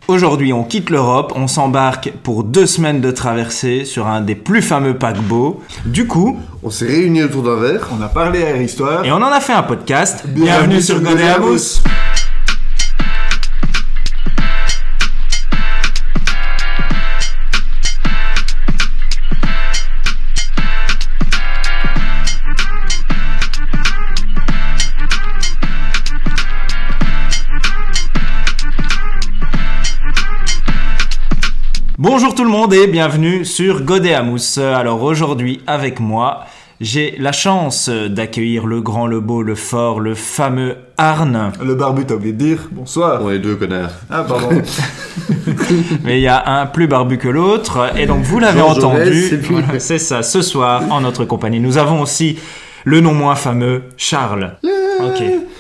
Aujourd'hui, on quitte l'Europe, on s'embarque pour 2 semaines de traversée sur un des plus fameux paquebots. Du coup, on s'est réunis autour d'un verre, on a parlé à Histoire et on en a fait un podcast. Bienvenue sur Godet à Mousse. Bonjour tout le monde et bienvenue sur Godet à Mousse. Alors aujourd'hui avec moi, j'ai la chance d'accueillir le grand, le beau, le fort, le fameux Arne. Le barbu, t'as oublié de dire bonsoir. On est deux connards. Ah pardon. Mais il y a un plus barbu que l'autre et donc vous l'avez entendu. Voilà, c'est ça, ce soir en notre compagnie. Nous avons aussi le non moins fameux Charles. Ok.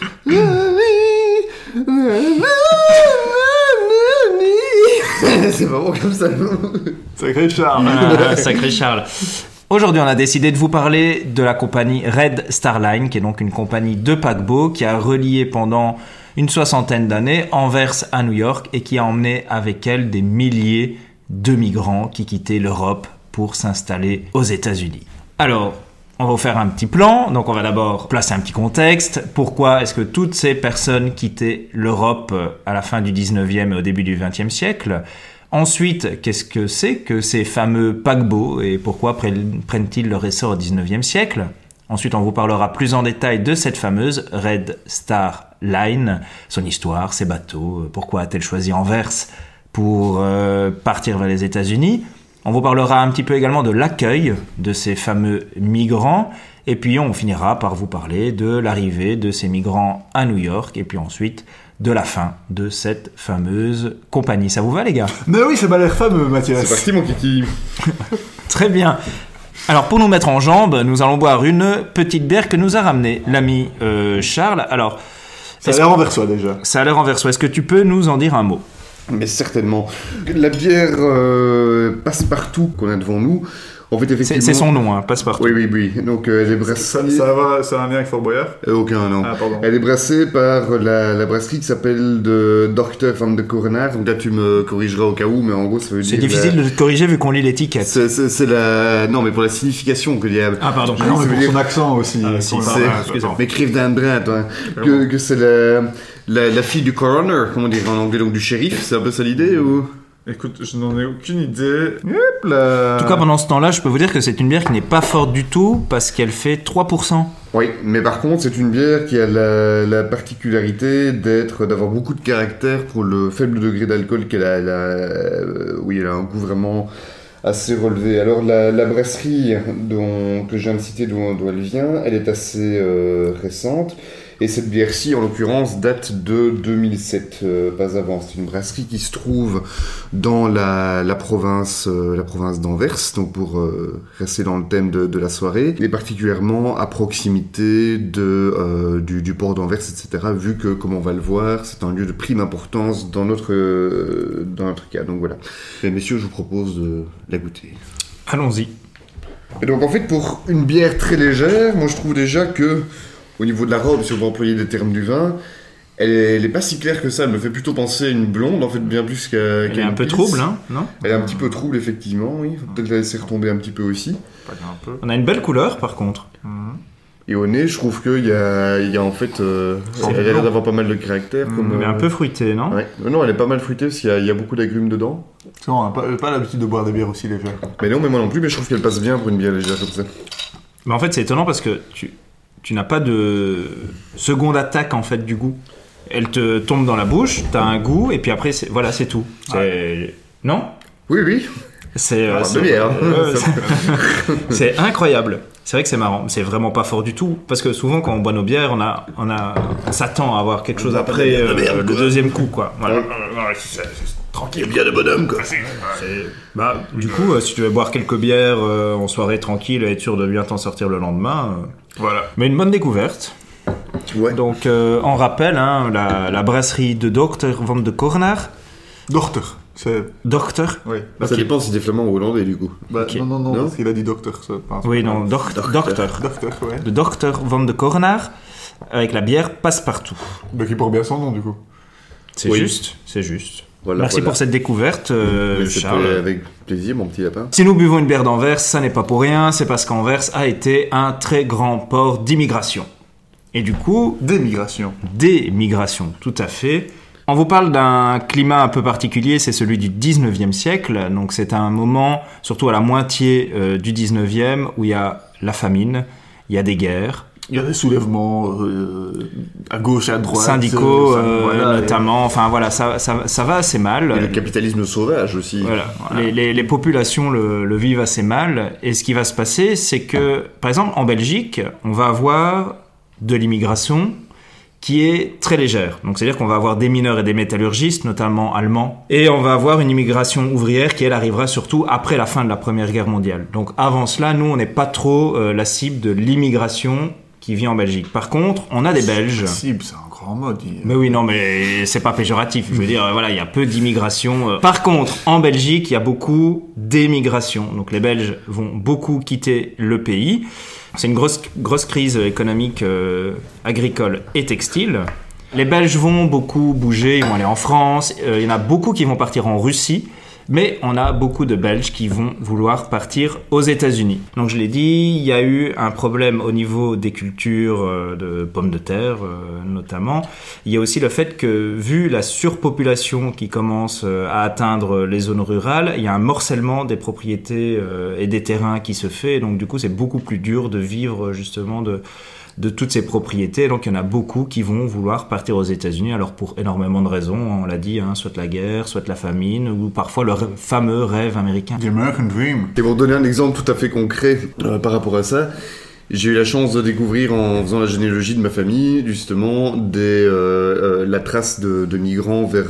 C'est vraiment comme ça. Sacré Charles. Sacré Charles. Aujourd'hui, on a décidé de vous parler de la compagnie Red Star Line, qui est donc une compagnie de paquebots qui a relié pendant une 60aine d'années Anvers à New York et qui a emmené avec elle des milliers de migrants qui quittaient l'Europe pour s'installer aux États-Unis. Alors, on va vous faire un petit plan. Donc, on va d'abord placer un petit contexte. Pourquoi est-ce que toutes ces personnes quittaient l'Europe à la fin du 19e et au début du 20e siècle ? Ensuite, qu'est-ce que c'est que ces fameux paquebots et pourquoi prennent-ils leur essor au 19e siècle ? Ensuite, on vous parlera plus en détail de cette fameuse Red Star Line, son histoire, ses bateaux, pourquoi a-t-elle choisi Anvers pour partir vers les États-Unis ? On vous parlera un petit peu également de l'accueil de ces fameux migrants. Et puis on finira par vous parler de l'arrivée de ces migrants à New York. Et puis ensuite de la fin de cette fameuse compagnie. Ça vous va les gars ? Mais oui, ça m'a l'air fameux Mathias. C'est parti mon kiki. Très bien. Alors pour nous mettre en jambes, nous allons boire une petite bière que nous a ramenée l'ami Charles. Alors, ça a l'air anversois déjà. Ça a l'air anversois. Est-ce que tu peux nous en dire un mot ? Mais certainement. La bière Passepartout qu'on a devant nous, en fait, effectivement... C'est son nom, hein, Passepartout. Oui. Donc, elle est brassée... Ça va bien avec Fort Boyard ? Aucun, non. Ah, pardon. Elle est brassée par la brasserie qui s'appelle de Dr. van de Correnaar. Donc là, tu me corrigeras au cas où, mais en gros, ça veut dire... C'est difficile de te corriger vu qu'on lit l'étiquette. C'est la... Non, mais pour la signification qu'il y a... Ah, pardon. Non, mais pour son accent aussi. Mais Crive d'un brin, toi. Que c'est la fille du coroner, comment dire en anglais, donc du shérif, c'est un peu ça l'idée ou... Écoute, je n'en ai aucune idée. Hop là. En tout cas, pendant ce temps-là, je peux vous dire que c'est une bière qui n'est pas forte du tout parce qu'elle fait 3%. Oui, mais par contre, c'est une bière qui a la particularité d'avoir beaucoup de caractère pour le faible degré d'alcool qu'elle a. Oui, elle a un goût vraiment assez relevé. Alors, la brasserie que je viens de citer, d'où elle vient, elle est assez récente. Et cette bière-ci, en l'occurrence, date de 2007, pas avant. C'est une brasserie qui se trouve dans la province d'Anvers, donc pour rester dans le thème de la soirée, et particulièrement à proximité du port d'Anvers, etc., vu que, comme on va le voir, c'est un lieu de prime importance dans notre cas. Donc voilà. Et messieurs, je vous propose de la goûter. Allons-y. Et donc en fait, pour une bière très légère, moi je trouve déjà que au niveau de la robe, si on veut employer des termes du vin, elle est pas si claire que ça. Elle me fait plutôt penser à une blonde, en fait, bien plus qu'à Elle est un peu trouble, hein, non ? Elle est un petit peu trouble, effectivement, oui. Faut peut-être la laisser retomber un petit peu aussi. On a une belle couleur, par contre. Et au nez, je trouve qu'il y a en fait... elle a l'air d'avoir pas mal de caractère. Mais un peu fruitée, non ? Ouais. Non, elle est pas mal fruitée, parce qu'il y a beaucoup d'agrumes dedans. C'est bon, on n'a pas l'habitude de boire des bières aussi légères. Mais non, mais moi non plus, mais je trouve qu'elle passe bien pour une bière légère comme ça. Mais en fait, c'est étonnant parce que tu n'as pas de seconde attaque en fait du goût. Elle te tombe dans la bouche, t'as un goût et puis après c'est tout. Non ? Oui. C'est bière. C'est incroyable. C'est vrai que c'est marrant. C'est vraiment pas fort du tout parce que souvent quand on boit nos bières, on s'attend à avoir quelque chose après le deuxième coup quoi. Voilà. Tranquille, bien de bonhomme quoi. Du coup, si tu veux boire quelques bières en soirée tranquille et être sûr de bien t'en sortir le lendemain. Voilà. Mais une bonne découverte. Ouais. Donc, on rappelle la brasserie de Dr. van de Correnaar. Docteur. Docteur ? Oui. Ça dépend si t'es flamand ou hollandais du coup. Okay. Non, parce qu'il a dit docteur. Oui, non, docteur. Docteur, ouais. De Dr. van de Correnaar avec la bière Passepartout. Donc il porte bien son nom du coup. C'est juste. Voilà, Merci pour cette découverte, Mais c'était Charles. avec plaisir, mon petit lapin. Si nous buvons une bière d'Anvers, ça n'est pas pour rien, c'est parce qu'Anvers a été un très grand port d'immigration. Et du coup, Des migrations. des migrations, tout à fait. On vous parle d'un climat un peu particulier, c'est celui du 19e siècle. Donc c'est un moment, surtout à la moitié du 19e, où il y a la famine, il y a des guerres. Il y a des soulèvements à gauche et à droite. Syndicaux voilà, notamment, enfin voilà, ça va assez mal. Et le capitalisme sauvage aussi. Voilà. Les populations le vivent assez mal. Et ce qui va se passer, c'est que, par exemple, en Belgique, on va avoir de l'immigration qui est très légère. Donc, c'est-à-dire qu'on va avoir des mineurs et des métallurgistes, notamment allemands. Et on va avoir une immigration ouvrière qui, elle, arrivera surtout après la fin de la Première Guerre mondiale. Donc, avant cela, nous, on n'est pas trop la cible de l'immigration qui vit en Belgique. Par contre, on a des Belges. Cible, c'est un grand mot. Mais oui, non, mais c'est pas péjoratif. Je veux dire, voilà, il y a peu d'immigration. Par contre, en Belgique, il y a beaucoup d'émigration. Donc, les Belges vont beaucoup quitter le pays. C'est une grosse crise économique, agricole et textile. Les Belges vont beaucoup bouger, ils vont aller en France. Il y en a beaucoup qui vont partir en Russie. Mais on a beaucoup de Belges qui vont vouloir partir aux États-Unis. Donc je l'ai dit, il y a eu un problème au niveau des cultures de pommes de terre notamment. Il y a aussi le fait que, vu la surpopulation qui commence à atteindre les zones rurales, il y a un morcellement des propriétés et des terrains qui se fait. Donc du coup, c'est beaucoup plus dur de vivre justement de toutes ces propriétés. Donc il y en a beaucoup qui vont vouloir partir aux États-Unis, alors pour énormément de raisons, on l'a dit, soit la guerre, soit la famine, ou parfois le fameux rêve américain. The American Dream. Et pour donner un exemple tout à fait concret par rapport à ça, j'ai eu la chance de découvrir en faisant la généalogie de ma famille, justement, la trace de migrants vers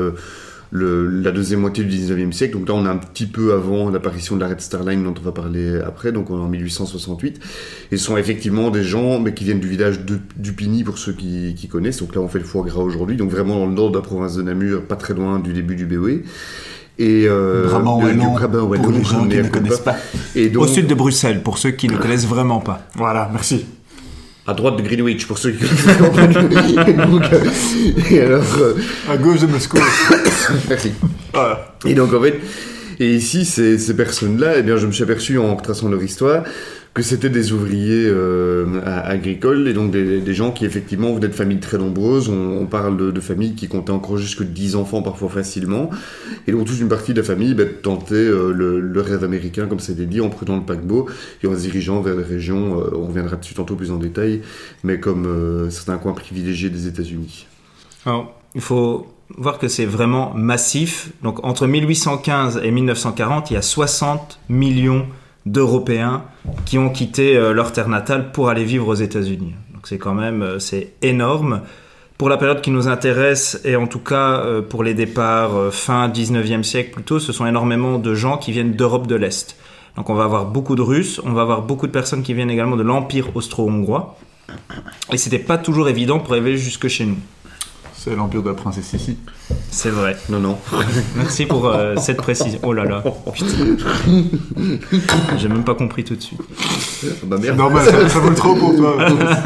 la deuxième moitié du 19e siècle. Donc là, on est un petit peu avant l'apparition de la Red Star Line dont on va parler après, donc on est en 1868. Et ce sont effectivement des gens mais qui viennent du village du Pigny, pour ceux qui connaissent. Donc là, on fait le foie gras aujourd'hui, donc vraiment dans le nord de la province de Namur, pas très loin du début du BOE. Et Brabant wallon, pour les gens qui ne connaissent pas. Et donc, au sud de Bruxelles, pour ceux qui ne connaissent vraiment pas. Voilà, merci. à droite de Greenwich, pour ceux qui connaissent pas. Et alors... À gauche de Moscou. Merci. Voilà. Et donc en fait, et ici, ces personnes-là, eh bien, je me suis aperçu en retraçant leur histoire que c'était des ouvriers agricoles, et donc des gens qui effectivement venaient de familles très nombreuses. On parle de familles qui comptaient encore jusque 10 enfants parfois facilement, et donc toute une partie de la famille tentait le rêve américain, comme c'était dit, en prenant le paquebot et en se dirigeant vers les régions, on reviendra dessus tantôt plus en détail, mais comme certains coins privilégiés des États-Unis. Alors, il faut voir que c'est vraiment massif. Donc entre 1815 et 1940, il y a 60 millions d'Européens qui ont quitté leur terre natale pour aller vivre aux États-Unis. Donc c'est quand même c'est énorme. Pour la période qui nous intéresse, et en tout cas pour les départs fin 19e siècle plutôt, ce sont énormément de gens qui viennent d'Europe de l'Est. Donc on va avoir beaucoup de Russes, on va avoir beaucoup de personnes qui viennent également de l'Empire austro-hongrois. Et c'était pas toujours évident pour arriver jusque chez nous. C'est l'empire de la princesse Sissi. C'est vrai. Non. Merci pour cette précision. Oh là là. Putain. J'ai même pas compris tout de suite. Bah merde. Normal, ça vaut le trop pour toi.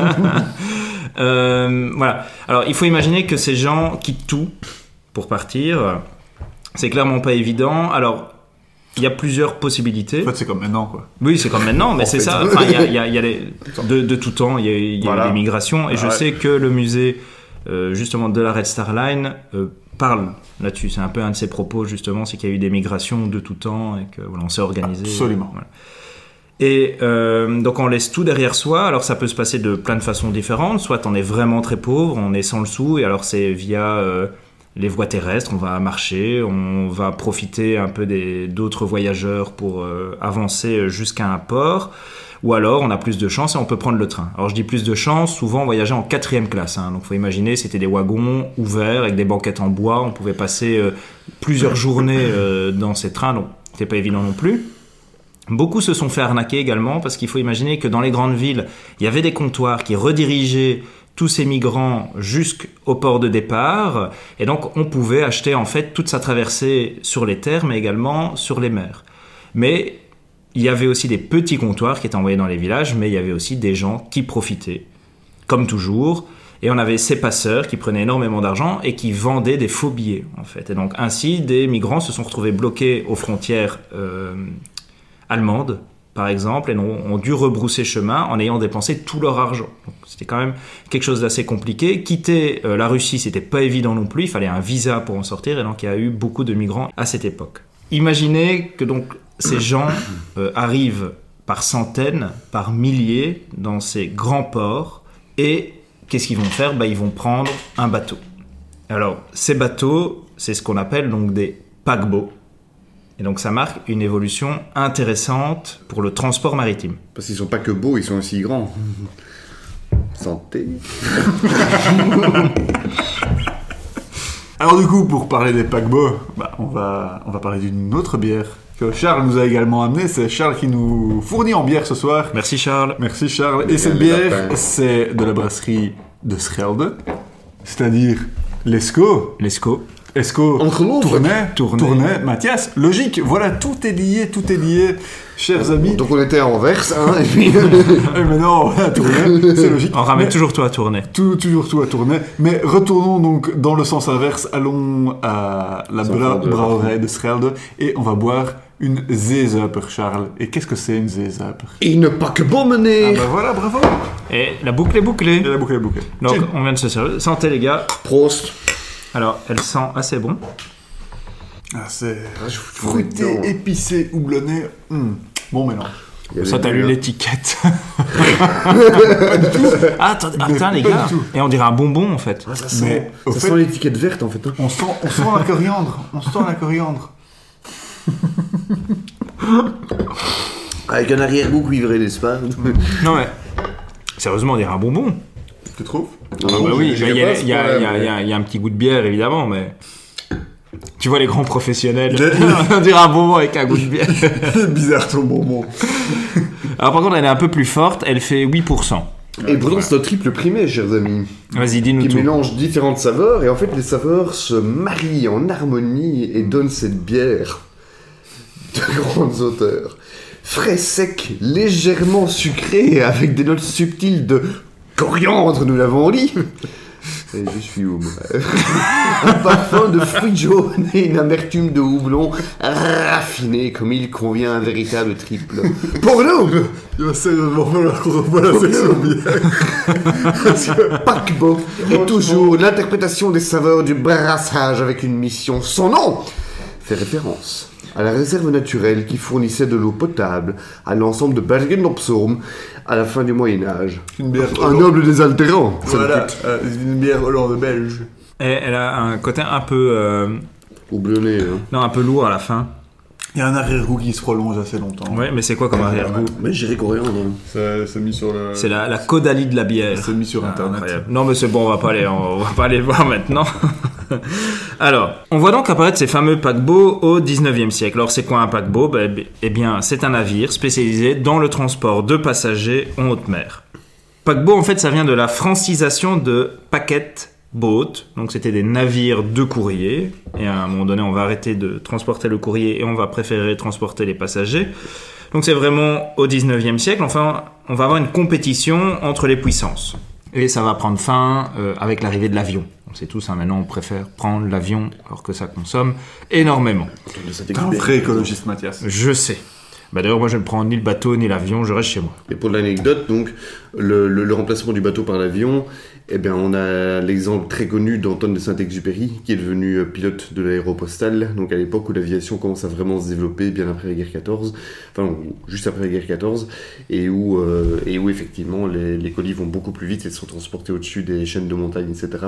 Voilà. Alors, il faut imaginer que ces gens quittent tout pour partir. C'est clairement pas évident. Alors, il y a plusieurs possibilités. En fait, c'est comme maintenant, quoi. Oui, c'est comme maintenant, mais En c'est fait. ça. Enfin, il y a de tout temps, il y a Voilà. eu des migrations. Et je Ouais. sais que le musée, justement, de la Red Star Line parle là-dessus. C'est un peu un de ses propos, justement, c'est qu'il y a eu des migrations de tout temps et que voilà, on s'est organisé. Absolument. Voilà. Et donc on laisse tout derrière soi. Alors ça peut se passer de plein de façons différentes. Soit on est vraiment très pauvre, on est sans le sou, et alors c'est via les voies terrestres, on va marcher, on va profiter un peu d'autres voyageurs pour avancer jusqu'à un port. Ou alors on a plus de chance et on peut prendre le train. Alors je dis plus de chance, souvent on voyageait en 4e classe. Donc faut imaginer, c'était des wagons ouverts avec des banquettes en bois. On pouvait passer plusieurs journées dans ces trains, donc c'était pas évident non plus. Beaucoup se sont fait arnaquer également, parce qu'il faut imaginer que dans les grandes villes, il y avait des comptoirs qui redirigeaient tous ces migrants jusqu'au port de départ, et donc on pouvait acheter en fait toute sa traversée sur les terres, mais également sur les mers. Mais il y avait aussi des petits comptoirs qui étaient envoyés dans les villages, mais il y avait aussi des gens qui profitaient, comme toujours. Et on avait ces passeurs qui prenaient énormément d'argent et qui vendaient des faux billets, en fait. Et donc, ainsi, des migrants se sont retrouvés bloqués aux frontières allemandes, par exemple, et ont dû rebrousser chemin en ayant dépensé tout leur argent. Donc, c'était quand même quelque chose d'assez compliqué. Quitter la Russie, c'était pas évident non plus. Il fallait un visa pour en sortir, et donc il y a eu beaucoup de migrants à cette époque. Imaginez que donc ces gens arrivent par centaines, par milliers dans ces grands ports, et qu'est-ce qu'ils vont faire ? Ils vont prendre un bateau. Alors, ces bateaux, c'est ce qu'on appelle donc des paquebots. Et donc, ça marque une évolution intéressante pour le transport maritime. Parce qu'ils sont pas que beaux, ils sont aussi grands. Santé. Alors du coup, pour parler des paquebots, on va parler d'une autre bière que Charles nous a également amenée. C'est Charles qui nous fournit en bière ce soir. Merci Charles. Merci Charles. Et cette bière, c'est de la brasserie de Schelde, c'est-à-dire l'Esco. Tournai, Mathias. Logique, voilà, tout est lié, chers amis. Donc on était à Anvers, et puis... Mais non, à Tournai, c'est logique. On ramène toujours tout à Tournai. Toujours tout à Tournai. Mais retournons donc dans le sens inverse, allons à la brouwerij de Schelde, et on va boire une zeezuiper, Charles. Et qu'est-ce que c'est une zeezuiper ? Une paquebot, meneer. Voilà, bravo. Et la boucle est bouclée. Donc, Tiens. on vient de se servir. Santé les gars. Prost. Alors, elle sent assez bon. C'est fruité, épicé, houblonné. Bon mélange. Ça, t'as lu l'étiquette. Attends, les gars. Et on dirait un bonbon, en fait. Ça sent l'étiquette verte, en fait. On sent la coriandre. Avec un arrière-goût cuivré, n'est-ce pas? Non, mais... Sérieusement, on dirait un bonbon. Tu trouves? Oui, il y a un petit goût de bière, évidemment, mais... Tu vois les grands professionnels, on dirait un bonbon avec un goût de bière. Bizarre ton bonbon. Alors par contre, elle est un peu plus forte, elle fait 8%. Et pourtant, c'est un triple primé, chers amis. Vas-y, dis-nous qui tout. mélange différentes saveurs, et en fait, les saveurs se marient en harmonie et donnent cette bière de grandes auteurs. Frais sec, légèrement sucré, avec des notes subtiles de coriandre, nous l'avons dit. Et je suis où, moi? Un parfum de fruits jaunes et une amertume de houblon raffiné comme il convient à un véritable triple. Pour nous! Il va sérieusement falloir qu'on revoie la section bière. Parce que paquebot est toujours l'interprétation des saveurs du brassage avec une mission. Son nom fait référence à la réserve naturelle qui fournissait de l'eau potable à l'ensemble de Bergen-op-Zoom à la fin du Moyen-Âge. Une bière un noble désaltérant. Voilà, une bière hollande belge. Et elle a un côté un peu... Houblonné, hein. Non, un peu lourd à la fin. Il y a un arrière-goût qui se prolonge assez longtemps. Ouais, mais c'est quoi comme arrière-goût? Mais j'irai coriandre. C'est mis sur le... C'est la caudalie de la bière. C'est mis sur Internet. Incroyable. Non, mais c'est bon, on va pas aller voir maintenant. Alors, on voit donc apparaître ces fameux paquebots au 19e siècle. Alors, c'est quoi un paquebot? Eh bien, c'est un navire spécialisé dans le transport de passagers en haute mer. Paquebot, en fait, ça vient de la francisation de paquet boat. Donc, c'était des navires de courrier. Et à un moment donné, on va arrêter de transporter le courrier et on va préférer transporter les passagers. Donc, c'est vraiment au 19e siècle. Enfin, on va avoir une compétition entre les puissances. Et ça va prendre fin avec l'arrivée de l'avion. On sait tous, maintenant on préfère prendre l'avion alors que ça consomme énormément. T'es un vrai écologiste, Mathias. Je sais. D'ailleurs, moi je ne prends ni le bateau ni l'avion, je reste chez moi. Et pour l'anecdote, donc, le remplacement du bateau par l'avion, eh bien, on a l'exemple très connu d'Antoine de Saint-Exupéry, qui est devenu pilote de l'aéropostale, donc à l'époque où l'aviation commence à vraiment se développer, bien après la guerre 14, enfin, juste après la guerre 14, et où effectivement, les colis vont beaucoup plus vite et sont transportés au-dessus des chaînes de montagne, etc.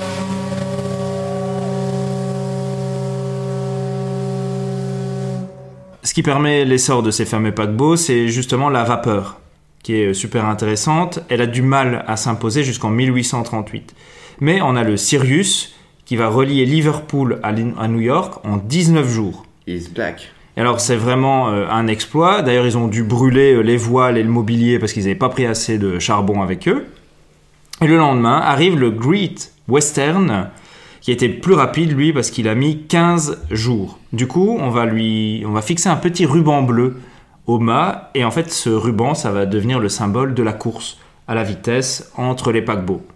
Ce qui permet l'essor de ces fameux paquebots, c'est justement la vapeur, qui est super intéressante. Elle a du mal à s'imposer jusqu'en 1838. Mais on a le Sirius, qui va relier Liverpool à New York en 19 jours. He's black. Et alors c'est vraiment un exploit. D'ailleurs, ils ont dû brûler les voiles et le mobilier parce qu'ils n'avaient pas pris assez de charbon avec eux. Et le lendemain arrive le Great Western, qui a été plus rapide, lui, parce qu'il a mis 15 jours. Du coup, on va fixer un petit ruban bleu au mât, et en fait, ce ruban, ça va devenir le symbole de la course à la vitesse entre les paquebots.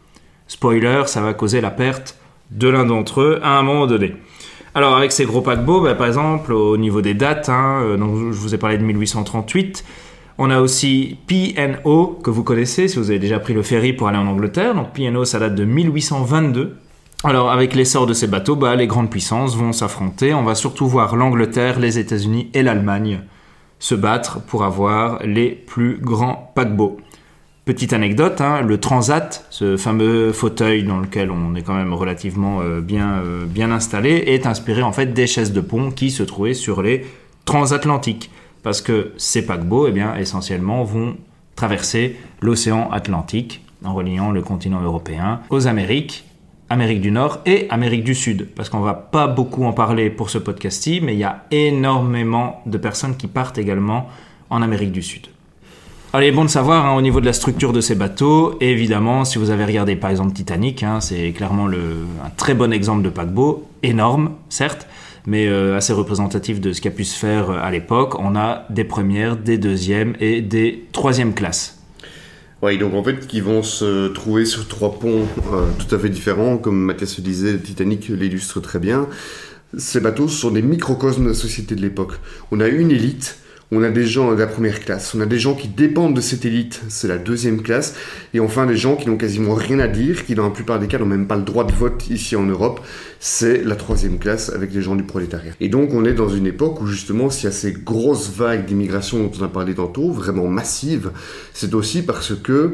Spoiler, ça va causer la perte de l'un d'entre eux à un moment donné. Alors avec ces gros paquebots, par exemple au niveau des dates, donc je vous ai parlé de 1838, on a aussi P&O que vous connaissez si vous avez déjà pris le ferry pour aller en Angleterre. Donc P&O, ça date de 1822. Alors avec l'essor de ces bateaux, les grandes puissances vont s'affronter. On va surtout voir l'Angleterre, les États-Unis et l'Allemagne se battre pour avoir les plus grands paquebots. Petite anecdote, le Transat, ce fameux fauteuil dans lequel on est quand même relativement bien installé, est inspiré en fait des chaises de pont qui se trouvaient sur les transatlantiques. Parce que ces paquebots, essentiellement, vont traverser l'océan Atlantique en reliant le continent européen aux Amérique du Nord et Amérique du Sud. Parce qu'on va pas beaucoup en parler pour ce podcast-ci, mais il y a énormément de personnes qui partent également en Amérique du Sud. Alors, il est bon de savoir au niveau de la structure de ces bateaux, et évidemment, si vous avez regardé par exemple Titanic, c'est clairement un très bon exemple de paquebot, énorme, certes, mais assez représentatif de ce qui a pu se faire à l'époque. On a des premières, des deuxièmes et des troisièmes classes. Oui, donc en fait, qui vont se trouver sur 3 ponts tout à fait différents, comme Mathias le disait, le Titanic l'illustre très bien. Ces bateaux sont des microcosmes de la société de l'époque. On a une élite. On a des gens de la première classe, on a des gens qui dépendent de cette élite, c'est la 2e classe, et enfin des gens qui n'ont quasiment rien à dire, qui dans la plupart des cas n'ont même pas le droit de vote ici en Europe, c'est la 3e classe avec les gens du prolétariat. Et donc on est dans une époque où justement s'il y a ces grosses vagues d'immigration dont on a parlé tantôt, vraiment massives, c'est aussi parce que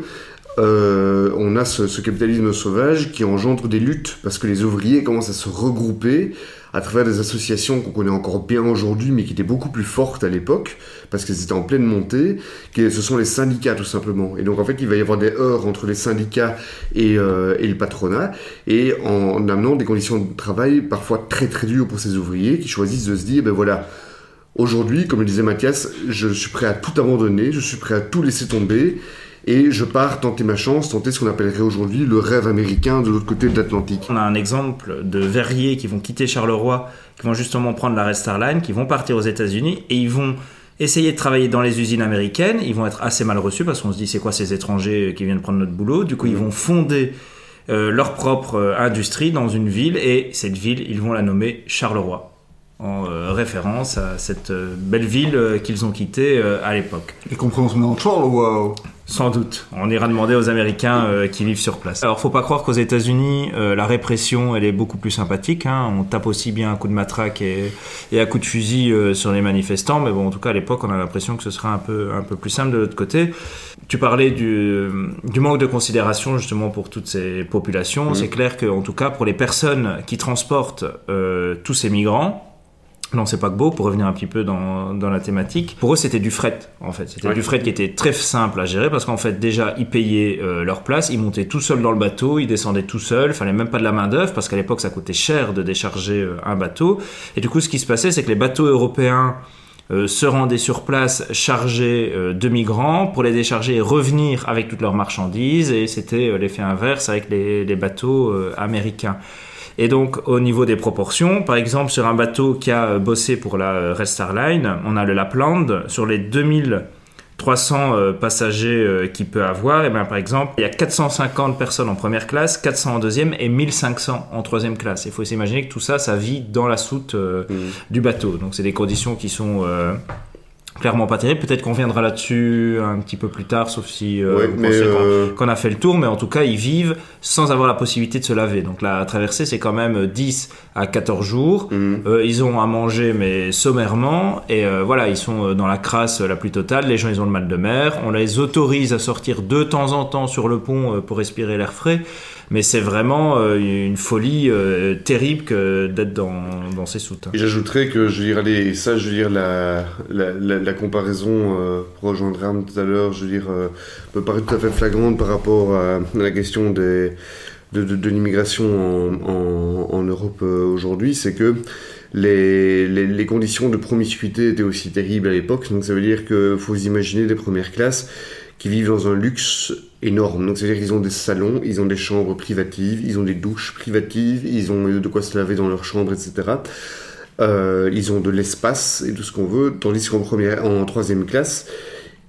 on a ce capitalisme sauvage qui engendre des luttes, parce que les ouvriers commencent à se regrouper à travers des associations qu'on connaît encore bien aujourd'hui, mais qui étaient beaucoup plus fortes à l'époque, parce qu'elles étaient en pleine montée, ce sont les syndicats tout simplement. Et donc en fait, il va y avoir des heurts entre les syndicats et le patronat, et en amenant des conditions de travail parfois très très dures pour ces ouvriers, qui choisissent de se dire, voilà, aujourd'hui, comme le disait Mathias, je suis prêt à tout abandonner, je suis prêt à tout laisser tomber, et je pars tenter ma chance, tenter ce qu'on appellerait aujourd'hui le rêve américain de l'autre côté de l'Atlantique. On a un exemple de verriers qui vont quitter Charleroi, qui vont justement prendre la Red Star Line, qui vont partir aux États-Unis et ils vont essayer de travailler dans les usines américaines. Ils vont être assez mal reçus parce qu'on se dit c'est quoi ces étrangers qui viennent prendre notre boulot. Du coup, ils vont fonder leur propre industrie dans une ville et cette ville, ils vont la nommer Charleroi, en référence à cette belle ville qu'ils ont quittée à l'époque. Et qu'on prononce maintenant Charleroi. Sans doute. On ira demander aux Américains qui vivent sur place. Alors, faut pas croire qu'aux États-Unis, la répression, elle est beaucoup plus sympathique. On tape aussi bien un coup de matraque et un coup de fusil sur les manifestants. Mais bon, en tout cas, à l'époque, on a l'impression que ce sera un peu plus simple de l'autre côté. Tu parlais du manque de considération, justement, pour toutes ces populations. C'est clair qu'en tout cas, pour les personnes qui transportent tous ces migrants, non, c'est paquebot, pour revenir un petit peu dans la thématique. Pour eux, c'était du fret, en fait. C'était du fret qui était très simple à gérer parce qu'en fait, déjà, ils payaient leur place, ils montaient tout seuls dans le bateau, ils descendaient tout seuls, fallait même pas de la main-d'œuvre parce qu'à l'époque, ça coûtait cher de décharger un bateau. Et du coup, ce qui se passait, c'est que les bateaux européens se rendaient sur place chargés de migrants pour les décharger et revenir avec toutes leurs marchandises. Et c'était l'effet inverse avec les bateaux américains. Et donc, au niveau des proportions, par exemple, sur un bateau qui a bossé pour la Red Star Line, on a le Lapland, sur les 2300 passagers qu'il peut avoir, et bien, par exemple, il y a 450 personnes en première classe, 400 en deuxième et 1500 en troisième classe. Il faut s'imaginer que tout ça, ça vit dans la soute du bateau. Donc, c'est des conditions qui sont clairement pas terrible. Peut-être qu'on viendra là-dessus un petit peu plus tard, sauf si vous pensez qu'on a fait le tour. Mais en tout cas, ils vivent sans avoir la possibilité de se laver. Donc la traversée, c'est quand même 10 à 14 jours. Ils ont à manger, mais sommairement. Et voilà, ils sont dans la crasse la plus totale. Les gens, ils ont le mal de mer. On les autorise à sortir de temps en temps sur le pont pour respirer l'air frais. Mais c'est vraiment une folie terrible que d'être dans ces soutes. Et j'ajouterais que, la comparaison, pour rejoindre Ram tout à l'heure, me paraît tout à fait flagrante par rapport à la question de l'immigration en Europe aujourd'hui, c'est que les conditions de promiscuité étaient aussi terribles à l'époque. Donc ça veut dire qu'il faut vous imaginer des premières classes qui vivent dans un luxe énorme. Donc c'est-à-dire qu'ils ont des salons, ils ont des chambres privatives, ils ont des douches privatives, ils ont de quoi se laver dans leur chambre, etc. Ils ont de l'espace et tout ce qu'on veut, tandis qu'en troisième classe,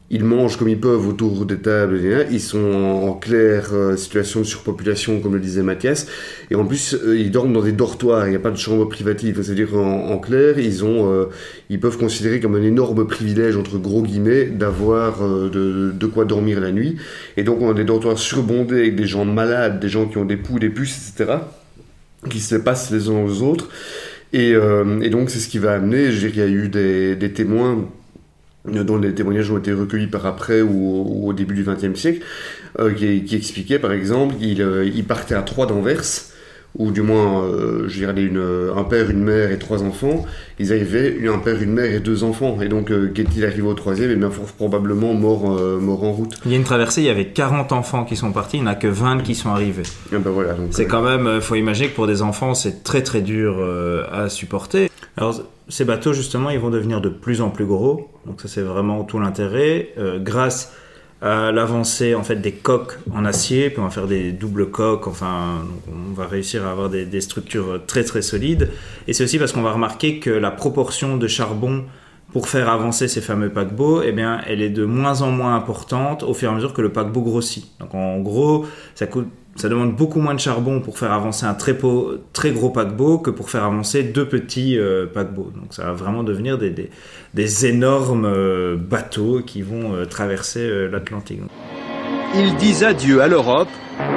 ils mangent comme ils peuvent autour des tables, ils sont en claire situation de surpopulation, comme le disait Mathias, et en plus ils dorment dans des dortoirs, il n'y a pas de chambre privative, c'est-à-dire en clair, ils peuvent considérer comme un énorme privilège, entre gros guillemets, d'avoir de quoi dormir la nuit, et donc on a des dortoirs surbondés avec des gens malades, des gens qui ont des poux, des puces, etc., qui se passent les uns aux autres, et donc c'est ce qui va amener, je dirais, il y a eu des témoins dont les témoignages ont été recueillis par après ou au début du XXe siècle, qui expliquaient par exemple qu'ils partaient à 3 d'Anvers, ou du moins, je dirais, un père, une mère et 3 enfants. Ils arrivaient, un père, une mère et 2 enfants. Et donc, qu'est-il arrivé au 3e? Et bien, fort probablement mort en route. Il y a une traversée, il y avait 40 enfants qui sont partis, il n'y en a que 20 qui sont arrivés. Ah ben voilà, donc, c'est quand même, faut imaginer que pour des enfants, c'est très très dur à supporter. Alors, ces bateaux, justement, ils vont devenir de plus en plus gros. Donc ça, c'est vraiment tout l'intérêt. Grâce à l'avancée en fait des coques en acier, puis on va faire des doubles coques, enfin on va réussir à avoir des structures très très solides, et c'est aussi parce qu'on va remarquer que la proportion de charbon pour faire avancer ces fameux paquebots, eh bien, elle est de moins en moins importante au fur et à mesure que le paquebot grossit. Donc en gros, ça demande beaucoup moins de charbon pour faire avancer un très gros paquebot que pour faire avancer 2 petits paquebots. Donc ça va vraiment devenir des énormes bateaux qui vont traverser l'Atlantique. Ils disent adieu à l'Europe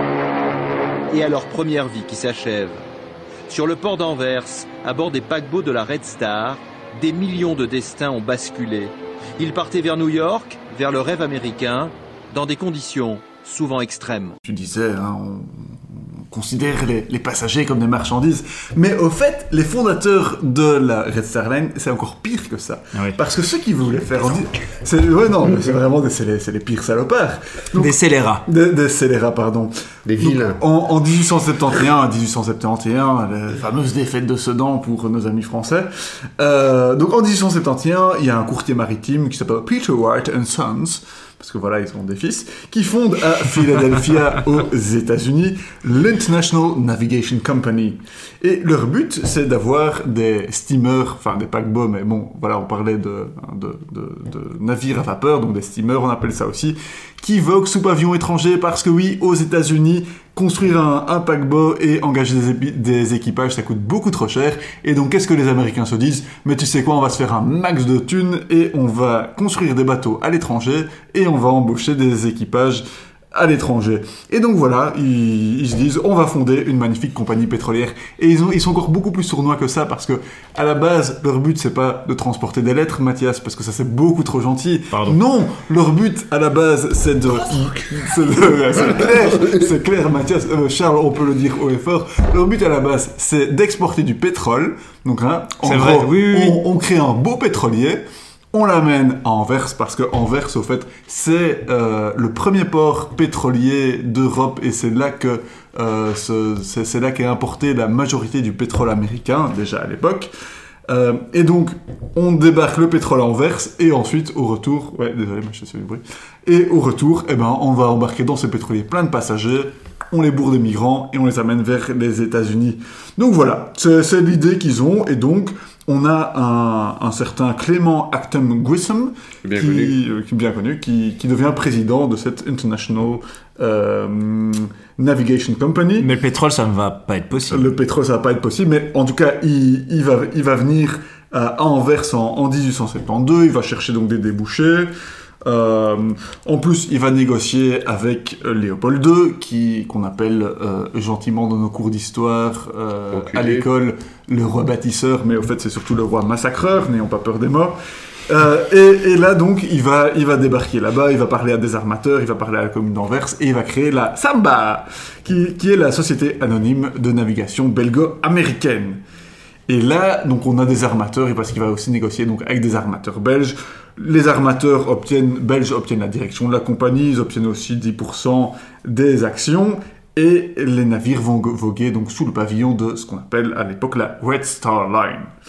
et à leur première vie qui s'achève. Sur le port d'Anvers, à bord des paquebots de la Red Star, des millions de destins ont basculé. Ils partaient vers New York, vers le rêve américain, dans des conditions souvent extrêmes. Tu disais, on considère les passagers comme des marchandises, mais au fait, les fondateurs de la Red Star Line, c'est encore pire que ça. Oui. Parce que ceux qui voulaient faire... c'est vraiment c'est les pires salopards. Donc, des scélérats. Des scélérats, pardon. Des vilains. En 1871, la fameuse défaite de Sedan pour nos amis français. Donc en 1871, il y a un courtier maritime qui s'appelle Peter White and Sons, parce que voilà, ils ont des fils, qui fondent à Philadelphia, aux États-Unis, l'International Navigation Company. Et leur but, c'est d'avoir des steamers, enfin des paquebots, mais bon, voilà, on parlait de navires à vapeur, donc des steamers, on appelle ça aussi, qui voguent sous pavillon étranger, parce que oui, aux États-Unis, construire un paquebot et engager des équipages, ça coûte beaucoup trop cher. Et donc, qu'est-ce que les Américains se disent? Mais tu sais quoi, on va se faire un max de thunes et on va construire des bateaux à l'étranger et on va embaucher des équipages à l'étranger. Et donc voilà, ils se disent, on va fonder une magnifique compagnie pétrolière. Et ils sont encore beaucoup plus sournois que ça, parce que à la base, leur but, c'est pas de transporter des lettres, Mathias, parce que ça, c'est beaucoup trop gentil. Pardon. Non, leur but, à la base, c'est clair, Mathias, Charles, on peut le dire haut et fort. Leur but, à la base, c'est d'exporter du pétrole. Donc, en gros, oui. On crée un beau pétrolier. On l'amène à Anvers, parce que Anvers, au fait, c'est le premier port pétrolier d'Europe, et c'est là que c'est là qu'est importée la majorité du pétrole américain, déjà à l'époque. Et donc, on débarque le pétrole à Anvers, et ensuite, au retour... Ouais, désolé, mais je suis du bruit. Et au retour, on va embarquer dans ce pétrolier plein de passagers, on les bourre de migrants, et on les amène vers les États-Unis. Donc voilà, c'est l'idée qu'ils ont, et donc... On a un certain Clement Acton Grissom, qui devient président de cette International Navigation Company. Mais le pétrole, ça ne va pas être possible. Le pétrole, ça ne va pas être possible, mais en tout cas, il va venir à Anvers en 1872, il va chercher donc des débouchés. En plus, il va négocier avec Léopold II, qu'on appelle gentiment dans nos cours d'histoire à l'école le roi bâtisseur, mais au fait c'est surtout le roi massacreur, n'ayons pas peur des mots. Et là donc il va débarquer là-bas, il va parler à des armateurs, il va parler à la commune d'Anvers et il va créer la Samba, qui est la société anonyme de navigation belgo-américaine. Et là, donc, on a des armateurs, et parce qu'il va aussi négocier donc, avec des armateurs belges. Les armateurs belges obtiennent la direction de la compagnie, ils obtiennent aussi 10% des actions, et les navires vont voguer donc, sous le pavillon de ce qu'on appelle à l'époque la Red Star Line.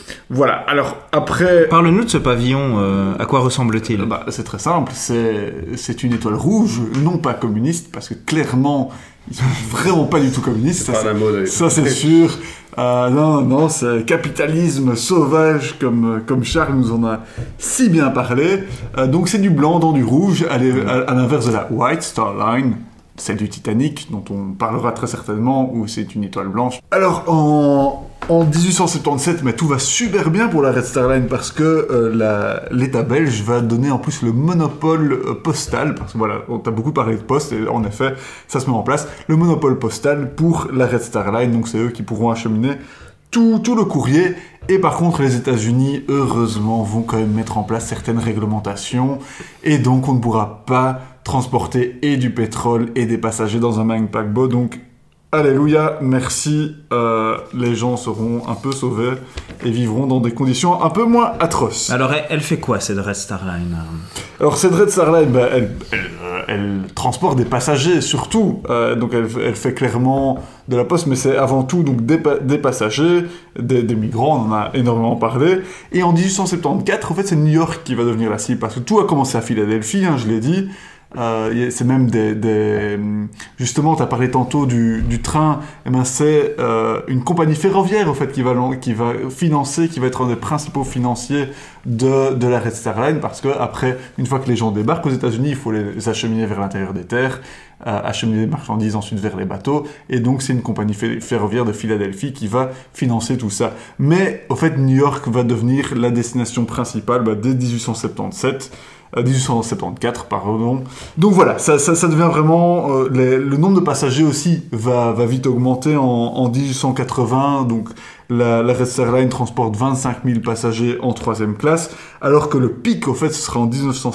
Voilà, alors après... Parle-nous de ce pavillon, à quoi ressemble-t-il ? C'est très simple, c'est une étoile rouge, non pas communiste, parce que clairement, ils sont vraiment pas du tout communistes, ça c'est sûr. Non, c'est capitalisme sauvage, comme Charles nous en a si bien parlé. Donc c'est du blanc dans du rouge, à l'inverse de la White Star Line, celle du Titanic, dont on parlera très certainement, où c'est une étoile blanche. Alors, en 1877, mais tout va super bien pour la Red Star Line, parce que l'État belge va donner en plus le monopole postal, parce que voilà, on t'a beaucoup parlé de poste, et en effet, ça se met en place, le monopole postal pour la Red Star Line, donc c'est eux qui pourront acheminer tout le courrier. Et par contre, les États-Unis, heureusement, vont quand même mettre en place certaines réglementations, et donc on ne pourra pas transporter et du pétrole et des passagers dans un même paquebot. Donc, alléluia, merci, les gens seront un peu sauvés et vivront dans des conditions un peu moins atroces. Alors, elle fait quoi, cette Red Star Line ? Alors, cette Red Star Line, elle transporte des passagers, surtout. Donc, elle fait clairement de la poste, mais c'est avant tout donc, des passagers, des migrants, on en a énormément parlé. Et en 1874, en fait, c'est New York qui va devenir la cible, parce que tout a commencé à Philadelphie, je l'ai dit. C'est même justement, tu as parlé tantôt du train, c'est une compagnie ferroviaire en fait, qui va financer, qui va être un des principaux financiers de la Red Star Line, parce que après, une fois que les gens débarquent aux États-Unis, il faut les acheminer vers l'intérieur des terres, acheminer des marchandises ensuite vers les bateaux, et donc c'est une compagnie ferroviaire de Philadelphie qui va financer tout ça. Mais au fait, New York va devenir la destination principale dès 1874, pardon. Donc voilà, ça devient vraiment... le nombre de passagers aussi va vite augmenter en 1880. Donc la Red Star Line transporte 25 000 passagers en 3e classe, alors que le pic, au fait, ce sera en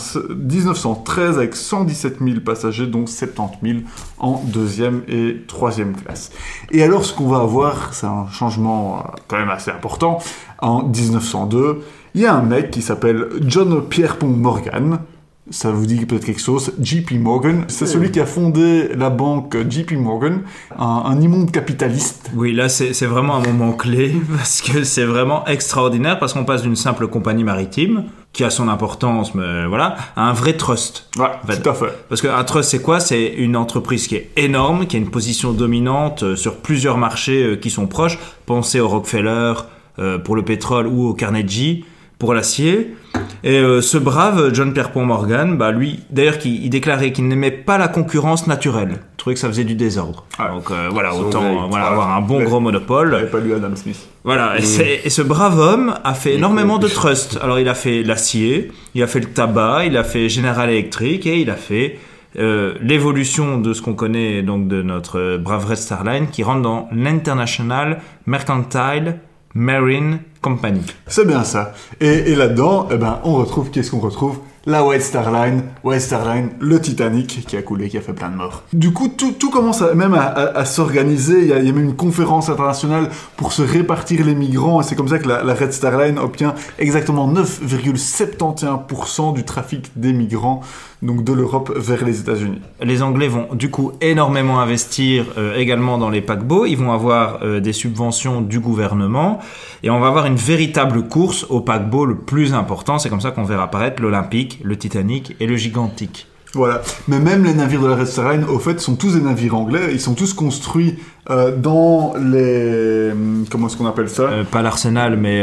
1913 avec 117 000 passagers, dont 70 000 en 2e et 3e classe. Et alors, ce qu'on va avoir, c'est un changement quand même assez important. En 1902, il y a un mec qui s'appelle John Pierpont Morgan. Ça vous dit peut-être quelque chose, JP Morgan. C'est celui qui a fondé la banque JP Morgan, un immonde capitaliste. Oui, là, c'est vraiment un moment clé, parce que c'est vraiment extraordinaire, parce qu'on passe d'une simple compagnie maritime, qui a son importance, mais voilà, à un vrai trust. Ouais, en fait. Tout à fait. Parce qu'un trust, c'est quoi ? C'est une entreprise qui est énorme, qui a une position dominante sur plusieurs marchés qui sont proches. Pensez au Rockefeller pour le pétrole ou au Carnegie pour l'acier. Et ce brave John Pierpont Morgan, lui, d'ailleurs, il déclarait qu'il n'aimait pas la concurrence naturelle. Il trouvait que ça faisait du désordre. Ah, donc voilà, autant avoir un bon gros monopole. J'avais pas lu Adam Smith. Voilà, et ce brave homme a fait énormément de trusts. Alors il a fait l'acier, il a fait le tabac, il a fait General Electric et il a fait l'évolution de ce qu'on connaît donc de notre brave Red Star Line qui rentre dans l'International Mercantile Marine Company. C'est bien ça. Et là-dedans, on retrouve, qu'est-ce qu'on retrouve ? La White Star Line, le Titanic qui a coulé, qui a fait plein de morts. Du coup, tout commence à s'organiser. Il y a même une conférence internationale pour se répartir les migrants. Et c'est comme ça que la Red Star Line obtient exactement 9,71% du trafic des migrants, donc de l'Europe vers les États-Unis. Les Anglais vont du coup énormément investir également dans les paquebots. Ils vont avoir des subventions du gouvernement. Et on va avoir une véritable course au paquebot le plus important. C'est comme ça qu'on verra apparaître l'Olympique, le Titanic et le Gigantic. Voilà. Mais même les navires de la Red Star Line, au fait, sont tous des navires anglais. Ils sont tous construits dans les... Comment est-ce qu'on appelle ça ? Pas l'arsenal, mais...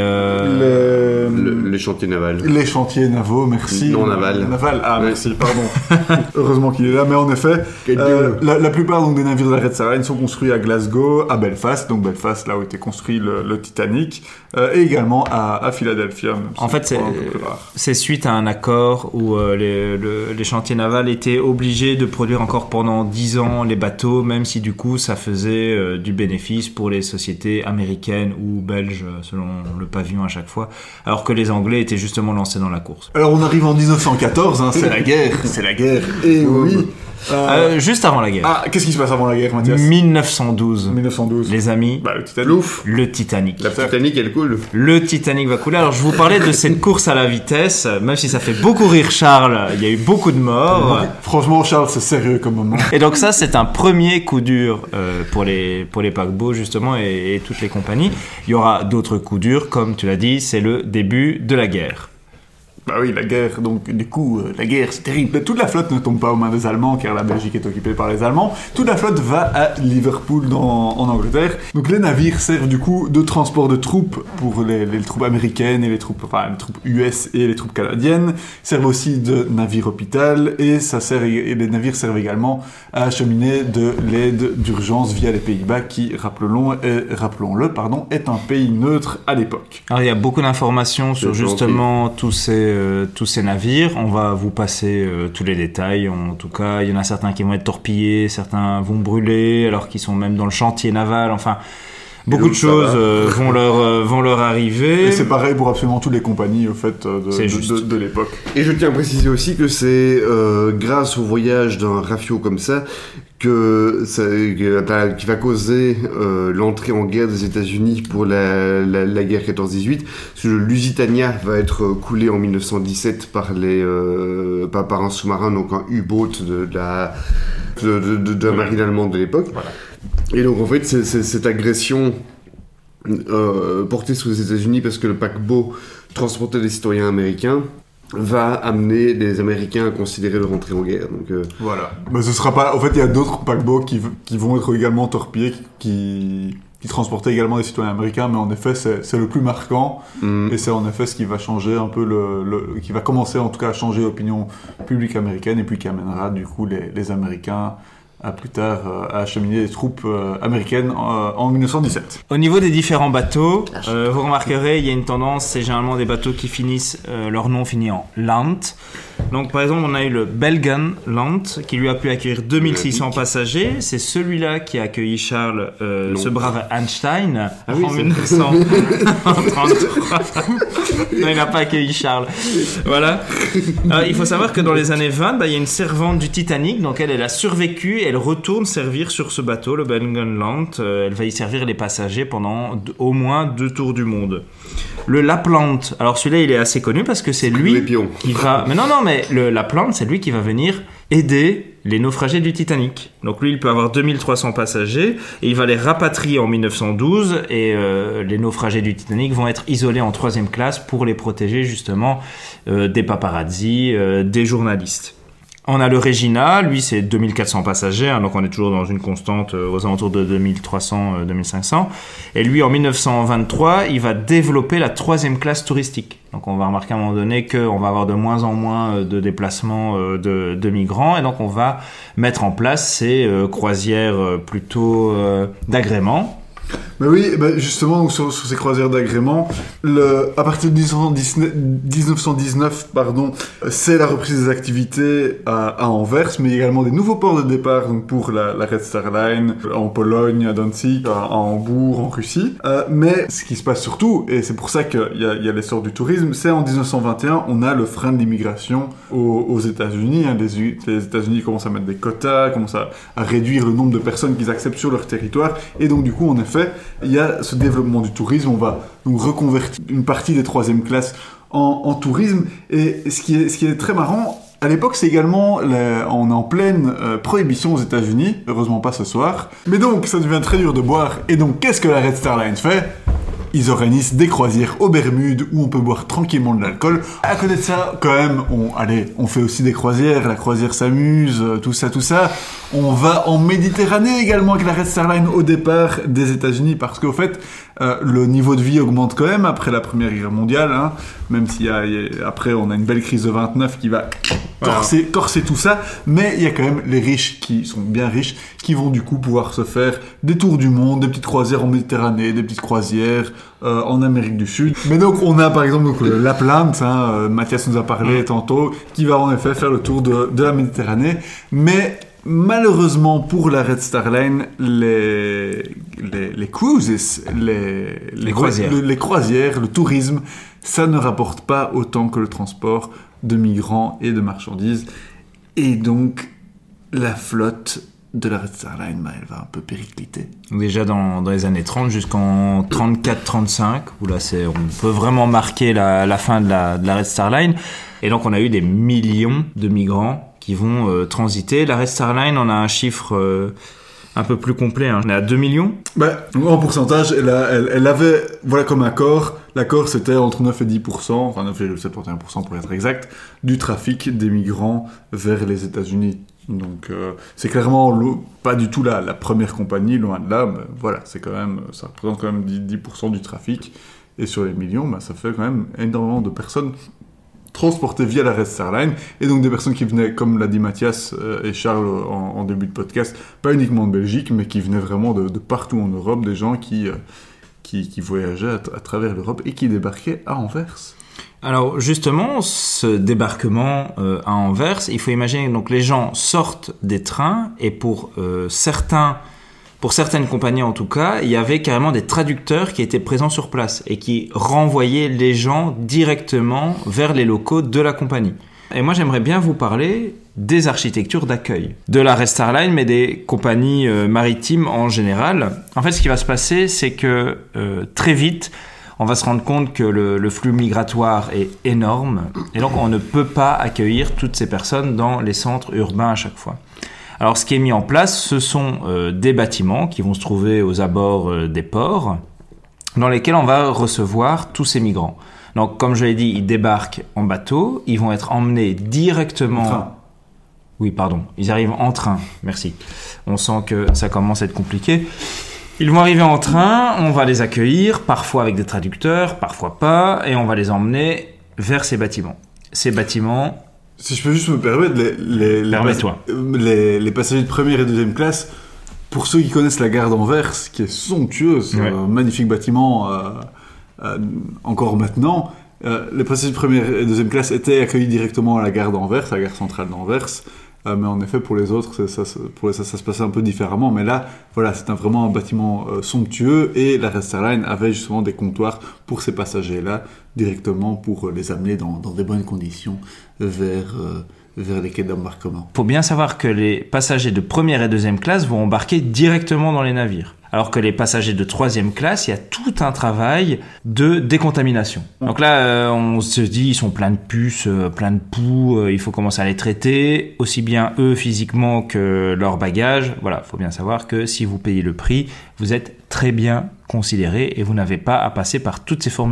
Les chantiers navals. Les chantiers navaux, merci. Non navals. Merci, pardon. Heureusement qu'il est là. Mais en effet, la plupart donc, des navires de la Red Star Line sont construits à Glasgow, à Belfast. Donc Belfast, là où était construit le Titanic. Et également à Philadelphia. En fait, c'est suite à un accord où les chantiers navals étaient obligés de produire encore pendant 10 ans les bateaux, même si du coup ça faisait du bénéfice pour les sociétés américaines ou belges selon le pavillon à chaque fois, alors que les Anglais étaient justement lancés dans la course. Alors on arrive en 1914, c'est la guerre, et oui. Juste avant la guerre. Ah, qu'est-ce qui se passe avant la guerre, Mathias? 1912. 1912. Les amis, Le Titanic. le Titanic. La Titanic, elle coule. Le Titanic va couler. Alors, je vous parlais de cette course à la vitesse. Même si ça fait beaucoup rire Charles, il y a eu beaucoup de morts. Franchement, Charles, c'est sérieux comme moment. Et donc ça, c'est un premier coup dur pour les paquebots, justement, et toutes les compagnies. Il y aura d'autres coups durs, comme tu l'as dit, c'est le début de la guerre. Bah oui, la guerre, donc du coup, la guerre, c'est terrible. Toute la flotte ne tombe pas aux mains des Allemands, car la Belgique est occupée par les Allemands. Toute la flotte va à Liverpool, en Angleterre. Donc les navires servent du coup de transport de troupes pour les troupes américaines et les troupes US et les troupes canadiennes. Ils servent aussi de navires hôpital, et les navires servent également à acheminer de l'aide d'urgence via les Pays-Bas, qui, rappelons-le, est un pays neutre à l'époque. Alors, il y a beaucoup d'informations sur justement tous ces navires. On va vous passer tous les détails. En tout cas, il y en a certains qui vont être torpillés, certains vont brûler, alors qu'ils sont même dans le chantier naval. Enfin, beaucoup de choses vont leur arriver. Et c'est pareil pour absolument toutes les compagnies, au fait, de l'époque. Et je tiens à préciser aussi que c'est grâce au voyage d'un rafio comme ça qui va causer l'entrée en guerre des États-Unis pour la guerre 14-18. Parce que le Lusitania va être coulé en 1917 par un sous-marin, donc un U-boat de la marine allemande de l'époque. Voilà. Et donc en fait, c'est cette agression portée sur les États-Unis parce que le paquebot transportait des citoyens américains va amener les Américains à considérer de rentrer en guerre. Donc, voilà. Mais ce sera pas. En fait, il y a d'autres paquebots qui vont être également torpillés, qui transportaient également des citoyens américains, mais en effet, c'est le plus marquant, et c'est en effet ce qui va changer un peu qui va commencer en tout cas à changer l'opinion publique américaine, et puis qui amènera du coup les Américains à plus tard à acheminer des troupes américaines en 1917. Au niveau des différents bateaux, vous remarquerez, il y a une tendance, c'est généralement des bateaux qui finissent, leur nom finit en Land. Donc par exemple, on a eu le Belgian Land qui lui a pu accueillir 2600 passagers. C'est celui-là qui a accueilli Charles, ce brave Einstein, en 1933. Non, il n'a pas accueilli Charles. Voilà. Alors, il faut savoir que dans les années 20, il y a une servante du Titanic, donc elle a survécu et elle retourne servir sur ce bateau, le Belgian Land. Elle va y servir les passagers pendant au moins 2 tours du monde. Le Lapland, alors celui-là il est assez connu parce que c'est lui qui va... Mais mais le Lapland, c'est lui qui va venir aider les naufragés du Titanic. Donc lui, il peut avoir 2300 passagers et il va les rapatrier en 1912 et les naufragés du Titanic vont être isolés en 3e classe pour les protéger justement des paparazzis, des journalistes. On a le Regina, lui c'est 2400 passagers, donc on est toujours dans une constante aux alentours de 2300-2500. Et lui en 1923, il va développer la 3e classe touristique. Donc on va remarquer à un moment donné qu'on va avoir de moins en moins de déplacements de migrants, et donc on va mettre en place ces croisières plutôt d'agrément. Mais oui, justement, donc sur ces croisières d'agrément, à partir de 1919, c'est la reprise des activités à Anvers, mais également des nouveaux ports de départ, donc pour la Red Star Line, en Pologne, à Danzig, à Hambourg, en Russie. Mais ce qui se passe surtout, et c'est pour ça qu'il y a l'essor du tourisme, c'est en 1921, on a le frein de l'immigration aux États-Unis. Les États-Unis commencent à mettre des quotas, commencent à réduire le nombre de personnes qu'ils acceptent sur leur territoire, et donc du coup, en effet, il y a ce développement du tourisme. On va donc reconvertir une partie des 3e classes en tourisme. Et ce qui est très marrant, à l'époque, c'est également, on est en pleine prohibition aux États-Unis. Heureusement pas ce soir. Mais donc, ça devient très dur de boire. Et donc, qu'est-ce que la Red Star Line fait ? Ils organisent des croisières aux Bermudes où on peut boire tranquillement de l'alcool. À côté de ça, quand même, on fait aussi des croisières. La croisière s'amuse, tout ça. On va en Méditerranée également avec la Red Star Line au départ des États-Unis parce qu'au fait, le niveau de vie augmente quand même après la Première Guerre mondiale, hein, même si après on a une belle crise de 29 qui va corser tout ça, mais il y a quand même les riches qui sont bien riches qui vont du coup pouvoir se faire des tours du monde, des petites croisières en Méditerranée, des petites croisières en Amérique du Sud. Mais donc on a par exemple le Lapland, Mathias nous a parlé tantôt, qui va en effet faire le tour de la Méditerranée, mais malheureusement pour la Red Star Line, les cruises, les croisières, le tourisme, ça ne rapporte pas autant que le transport de migrants et de marchandises. Et donc, la flotte de la Red Star Line, elle va un peu péricliter. Déjà dans les années 30 jusqu'en 34-35, où là on peut vraiment marquer la fin de la Red Star Line. Et donc on a eu des millions de migrants qui vont transiter. La Red Star Line, on a un chiffre un peu plus complet, hein. On est à 2 millions. En pourcentage, elle avait, voilà, comme accord, l'accord c'était entre 9 et 10%, enfin 9,71% pour être exact, du trafic des migrants vers les États-Unis. Donc c'est clairement pas du tout la première compagnie, loin de là, mais voilà, ça représente quand même 10% du trafic, et sur les millions, ça fait quand même énormément de personnes transportées via la Red Star Line, et donc des personnes qui venaient, comme l'a dit Mathias et Charles en début de podcast, pas uniquement de Belgique, mais qui venaient vraiment de partout en Europe, des gens qui voyageaient à travers l'Europe et qui débarquaient à Anvers. Alors justement, ce débarquement à Anvers, il faut imaginer donc les gens sortent des trains et pour certaines compagnies en tout cas, il y avait carrément des traducteurs qui étaient présents sur place et qui renvoyaient les gens directement vers les locaux de la compagnie. Et moi j'aimerais bien vous parler des architectures d'accueil de la Red Star Line, mais des compagnies maritimes en général. En fait, ce qui va se passer, c'est que très vite, on va se rendre compte que le flux migratoire est énorme et donc on ne peut pas accueillir toutes ces personnes dans les centres urbains à chaque fois. Alors ce qui est mis en place, ce sont des bâtiments qui vont se trouver aux abords des ports dans lesquels on va recevoir tous ces migrants. Donc comme je l'ai dit, ils débarquent en bateau, ils vont être emmenés directement... En train. Oui, pardon, ils arrivent en train, merci. On sent que ça commence à être compliqué. Ils vont arriver en train, on va les accueillir, parfois avec des traducteurs, parfois pas, et on va les emmener vers ces bâtiments. Ces bâtiments... Si je peux juste me permettre, les passagers de première et deuxième classe, pour ceux qui connaissent la gare d'Anvers, qui est somptueuse, ouais. Un magnifique bâtiment encore maintenant, les passagers de première et deuxième classe étaient accueillis directement à la gare d'Anvers, la gare centrale d'Anvers. Mais en effet, pour les autres, ça se passait un peu différemment. Mais là, voilà, c'était vraiment un bâtiment somptueux et la Red Star Line avait justement des comptoirs pour ces passagers-là, directement pour les amener dans des bonnes conditions vers les quais d'embarquement. Il faut bien savoir que les passagers de première et deuxième classe vont embarquer directement dans les navires. Alors que les passagers de troisième classe, il y a tout un travail de décontamination. Donc là, on se dit, ils sont pleins de puces, pleins de poux, il faut commencer à les traiter, aussi bien eux physiquement que leur bagage. Voilà, il faut bien savoir que si vous payez le prix, vous êtes très bien considéré et vous n'avez pas à passer par toutes ces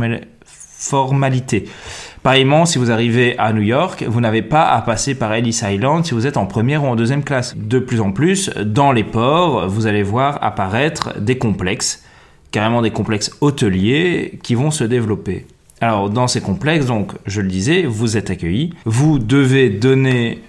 formalités. Pareillement, si vous arrivez à New York, vous n'avez pas à passer par Ellis Island si vous êtes en première ou en deuxième classe. De plus en plus, dans les ports, vous allez voir apparaître des complexes, carrément des complexes hôteliers qui vont se développer. Alors, dans ces complexes, donc, je le disais, vous êtes accueillis. Vous devez donner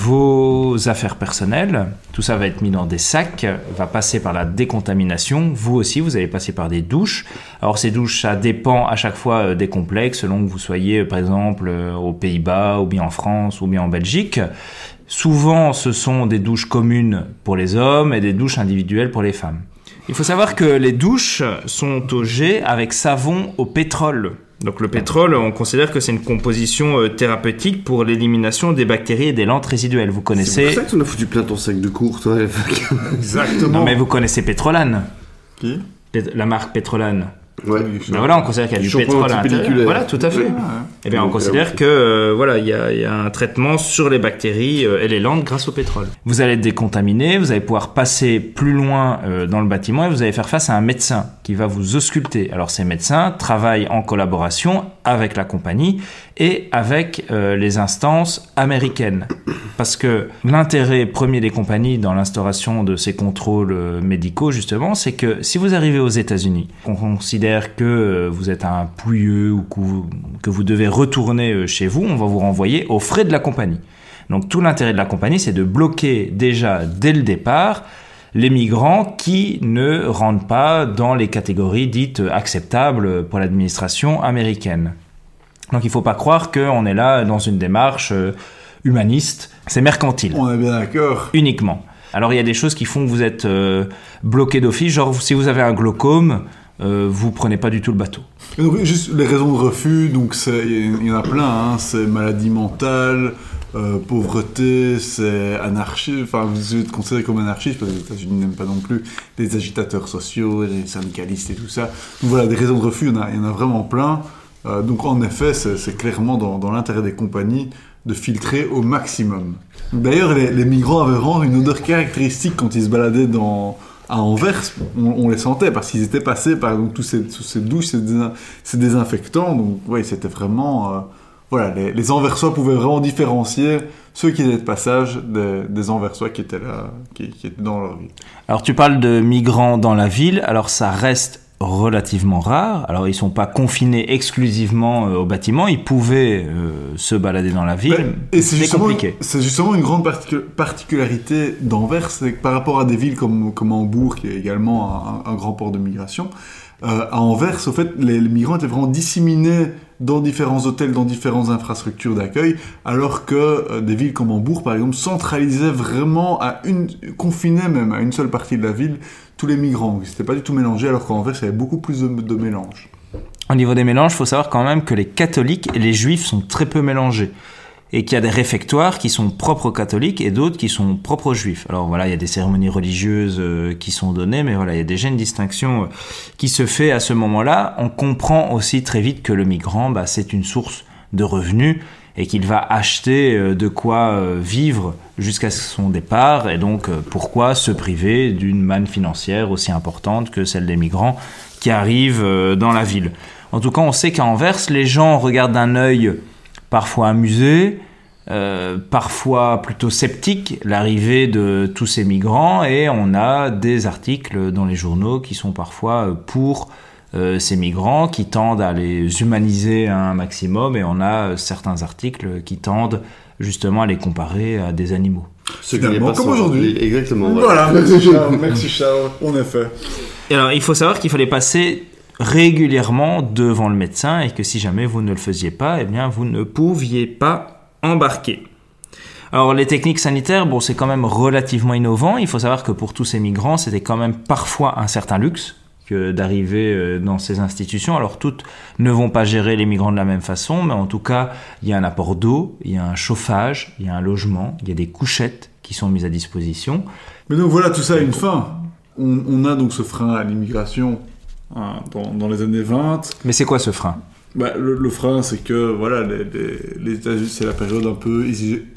vos affaires personnelles. Tout ça va être mis dans des sacs, va passer par la décontamination. Vous aussi, vous allez passer par des douches. Alors, ces douches, ça dépend à chaque fois des complexes, selon que vous soyez, par exemple, aux Pays-Bas, ou bien en France, ou bien en Belgique. Souvent, ce sont des douches communes pour les hommes et des douches individuelles pour les femmes. Il faut savoir que les douches sont au jet avec savon au pétrole. Donc le pétrole, on considère que c'est une composition thérapeutique pour l'élimination des bactéries et des lentes résiduelles. Vous connaissez... C'est pour ça que t'en as foutu plein ton sac de cours, toi. Exactement. Non mais vous connaissez Pétrolane. Qui ? La marque Pétrolane. Ouais. Ben voilà, on considère qu'il y a du pétrole à l'intérieur. Voilà, tout à fait. Et bien on considère que voilà, il y a un traitement sur les bactéries et les landes grâce au pétrole. Vous allez être décontaminé, vous allez pouvoir passer plus loin dans le bâtiment et vous allez faire face à un médecin qui va vous ausculter. Alors ces médecins travaillent en collaboration avec la compagnie et avec les instances américaines. Parce que l'intérêt premier des compagnies dans l'instauration de ces contrôles médicaux, justement, c'est que si vous arrivez aux États-Unis, on considère que vous êtes un pouilleux ou que vous devez retourner chez vous, on va vous renvoyer aux frais de la compagnie. Donc tout l'intérêt de la compagnie, c'est de bloquer déjà dès le départ les migrants qui ne rentrent pas dans les catégories dites acceptables pour l'administration américaine. Donc il ne faut pas croire qu'on est là dans une démarche humaniste, c'est mercantile. On est bien d'accord. Uniquement. Alors il y a des choses qui font que vous êtes bloqué d'office, genre si vous avez un glaucome, vous prenez pas du tout le bateau. Et donc juste les raisons de refus, donc il y en a plein, hein, c'est maladie mentale, pauvreté, c'est anarchie, enfin vous êtes considéré comme anarchiste parce que les États-Unis n'aiment pas non plus les agitateurs sociaux, les syndicalistes et tout ça. Donc voilà, des raisons de refus, il y en a vraiment plein. Donc en effet, c'est clairement dans l'intérêt des compagnies de filtrer au maximum. D'ailleurs, les migrants avaient vraiment une odeur caractéristique quand ils se baladaient à Anvers, on les sentait parce qu'ils étaient passés par donc, tous ces douches, ces désinfectants. Donc, ouais, c'était vraiment. Voilà, les Anversois pouvaient vraiment différencier ceux qui étaient de passage des Anversois qui étaient là, qui étaient dans leur ville. Alors, tu parles de migrants dans la ville, alors ça reste relativement rare. Alors, ils ne sont pas confinés exclusivement au bâtiment, ils pouvaient se balader dans la ville. Et c'est compliqué. C'est justement une grande particularité d'Anvers, c'est que par rapport à des villes comme Hambourg, qui est également un grand port de migration, à Anvers, au fait, les migrants étaient vraiment disséminés dans différents hôtels, dans différentes infrastructures d'accueil, alors que des villes comme Hambourg, par exemple, centralisaient vraiment confinaient même à une seule partie de la ville tous les migrants. Ils n'étaient pas du tout mélangés, alors qu'en Anvers, il y avait beaucoup plus de mélanges. Au niveau des mélanges, il faut savoir quand même que les catholiques et les juifs sont très peu mélangés. Et qu'il y a des réfectoires qui sont propres aux catholiques et d'autres qui sont propres aux juifs. Alors voilà, il y a des cérémonies religieuses qui sont données, mais voilà, il y a déjà une distinction qui se fait à ce moment-là. On comprend aussi très vite que le migrant, c'est une source de revenus et qu'il va acheter de quoi vivre jusqu'à son départ. Et donc, pourquoi se priver d'une manne financière aussi importante que celle des migrants qui arrivent dans la ville. En tout cas, on sait qu'à Anvers, les gens regardent d'un œil parfois amusé, parfois plutôt sceptique, l'arrivée de tous ces migrants, et on a des articles dans les journaux qui sont parfois pour ces migrants, qui tendent à les humaniser un maximum, et on a certains articles qui tendent justement à les comparer à des animaux. Finalement, comme aujourd'hui. Exactement. Voilà, merci Charles, en effet. Et alors, il faut savoir qu'il fallait passer régulièrement devant le médecin et que si jamais vous ne le faisiez pas, eh bien vous ne pouviez pas embarquer. Alors les techniques sanitaires, c'est quand même relativement innovant. Il faut savoir que pour tous ces migrants, c'était quand même parfois un certain luxe que d'arriver dans ces institutions. Alors toutes ne vont pas gérer les migrants de la même façon, mais en tout cas, il y a un apport d'eau, il y a un chauffage, il y a un logement, il y a des couchettes qui sont mises à disposition. Mais donc voilà, tout ça a une fin. On a donc ce frein à l'immigration dans les années 20. Mais c'est quoi ce frein ? Le frein, c'est que voilà, les États-Unis, c'est la période un peu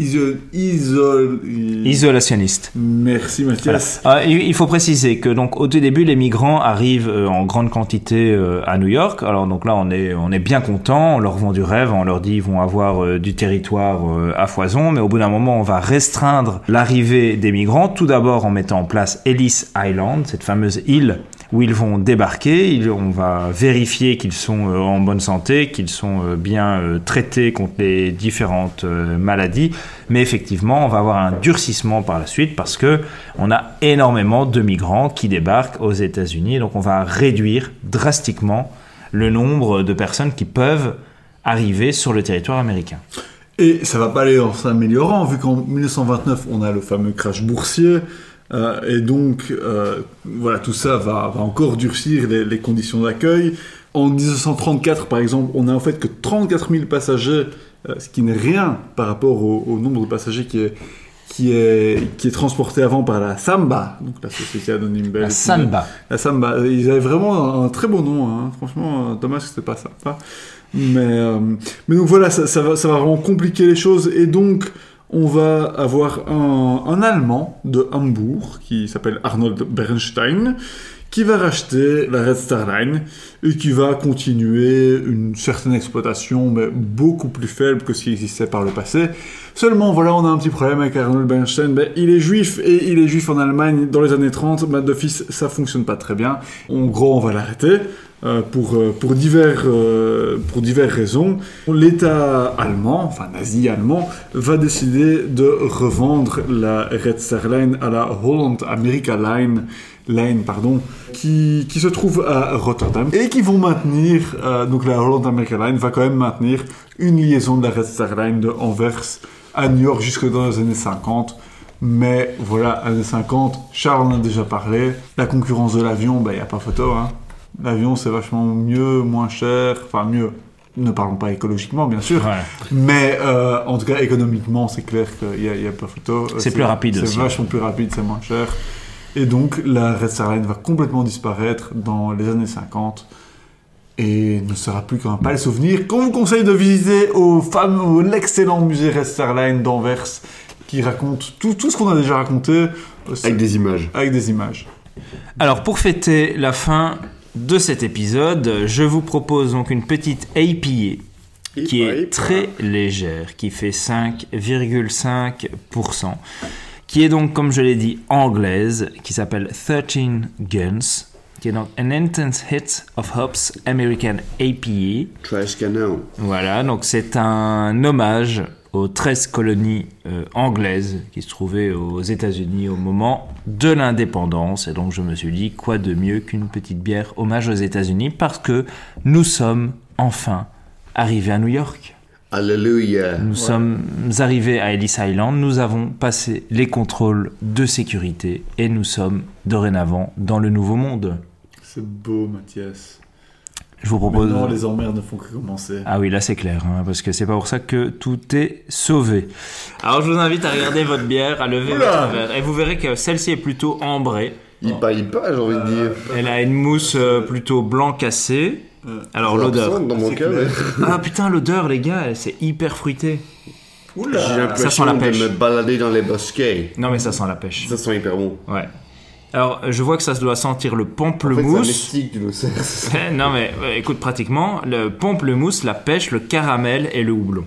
isolationniste. Merci Mathias. Voilà. Il faut préciser que donc au tout début, les migrants arrivent en grande quantité à New York. Alors donc là, on est bien content. On leur vend du rêve. On leur dit ils vont avoir du territoire à foison. Mais au bout d'un moment, on va restreindre l'arrivée des migrants. Tout d'abord en mettant en place Ellis Island, cette fameuse île où ils vont débarquer. On va vérifier qu'ils sont en bonne santé, qu'ils sont bien traités contre les différentes maladies. Mais effectivement, on va avoir un durcissement par la suite parce que on a énormément de migrants qui débarquent aux États-Unis. Donc on va réduire drastiquement le nombre de personnes qui peuvent arriver sur le territoire américain. Et ça va pas aller en s'améliorant, vu qu'en 1929, on a le fameux crash boursier. Et donc, voilà, tout ça va encore durcir les conditions d'accueil. En 1934, par exemple, on a en fait que 34 000 passagers, ce qui n'est rien par rapport au nombre de passagers qui est transporté avant par la Samba, donc la société anonyme belge. La Samba. Ils avaient vraiment un très beau nom, hein. Franchement, dommage que c'était pas ça. Mais donc voilà, ça va vraiment compliquer les choses, et donc on va avoir un Allemand de Hambourg qui s'appelle Arnold Bernstein qui va racheter la Red Star Line et qui va continuer une certaine exploitation, mais beaucoup plus faible que ce qui existait par le passé. Seulement, voilà, on a un petit problème avec Arnold Bernstein. Il est juif, et il est juif en Allemagne dans les années 30. Mais d'office, ça fonctionne pas très bien. En gros, on va l'arrêter. Pour diverses raisons. L'État allemand, enfin nazi allemand, va décider de revendre la Red Star Line à la Holland America Line, qui se trouve à Rotterdam, et qui vont maintenir, donc la Holland America Line va quand même maintenir une liaison de la Red Star Line de Anvers à New York jusque dans les années 50. Mais voilà, années 50, Charles en a déjà parlé, la concurrence de l'avion, il n'y a pas photo, hein. L'avion, c'est vachement mieux, moins cher, enfin mieux. ne parlons pas écologiquement, bien sûr, Ouais. mais en tout cas, économiquement, c'est clair qu'il y a pas photo. C'est plus rapide aussi. C'est vachement plus rapide, c'est moins cher. Et donc, la Red Star Line va complètement disparaître dans les années 50 et ne sera plus qu'un pâle souvenir qu'on vous conseille de visiter l'excellent musée Red Star Line d'Anvers qui raconte tout ce qu'on a déjà raconté. Avec des images. Avec des images. Alors, pour fêter la fin de cet épisode, je vous propose donc une petite APA qui est très légère, qui fait 5,5%, qui est donc, comme je l'ai dit, anglaise, qui s'appelle 13 Guns, qui est donc An Intense Hit of Hops American APA. Trash Canon. Voilà, donc c'est un hommage aux 13 colonies anglaises qui se trouvaient aux États-Unis au moment de l'indépendance. Et donc je me suis dit, quoi de mieux qu'une petite bière hommage aux États-Unis, parce que nous sommes enfin arrivés à New York. Alléluia. Nous sommes arrivés à Ellis Island, nous avons passé les contrôles de sécurité et nous sommes dorénavant dans le nouveau monde. C'est beau, Mathias. Je vous propose... Maintenant, les emmerdes ne font que commencer. Ah oui, là c'est clair, hein, parce que c'est pas pour ça que tout est sauvé. Alors je vous invite à regarder votre bière, à lever votre verre, et vous verrez que celle-ci est plutôt ambrée. Hypa, j'ai envie de dire. Elle a une mousse plutôt blanc cassé. Alors l'odeur... Dans mon cas, ouais. Ah putain, l'odeur les gars, c'est hyper fruité. J'ai Ça sent l'impression la de pêche. me balader dans les bosquets. Non mais ça sent la pêche. Ça sent hyper bon. Ouais. Alors je vois que ça doit sentir le En fait, pamplemousse. c'est un mystique, tu le sais. Non mais écoute, pratiquement, le pamplemousse, la pêche, le caramel et le houblon.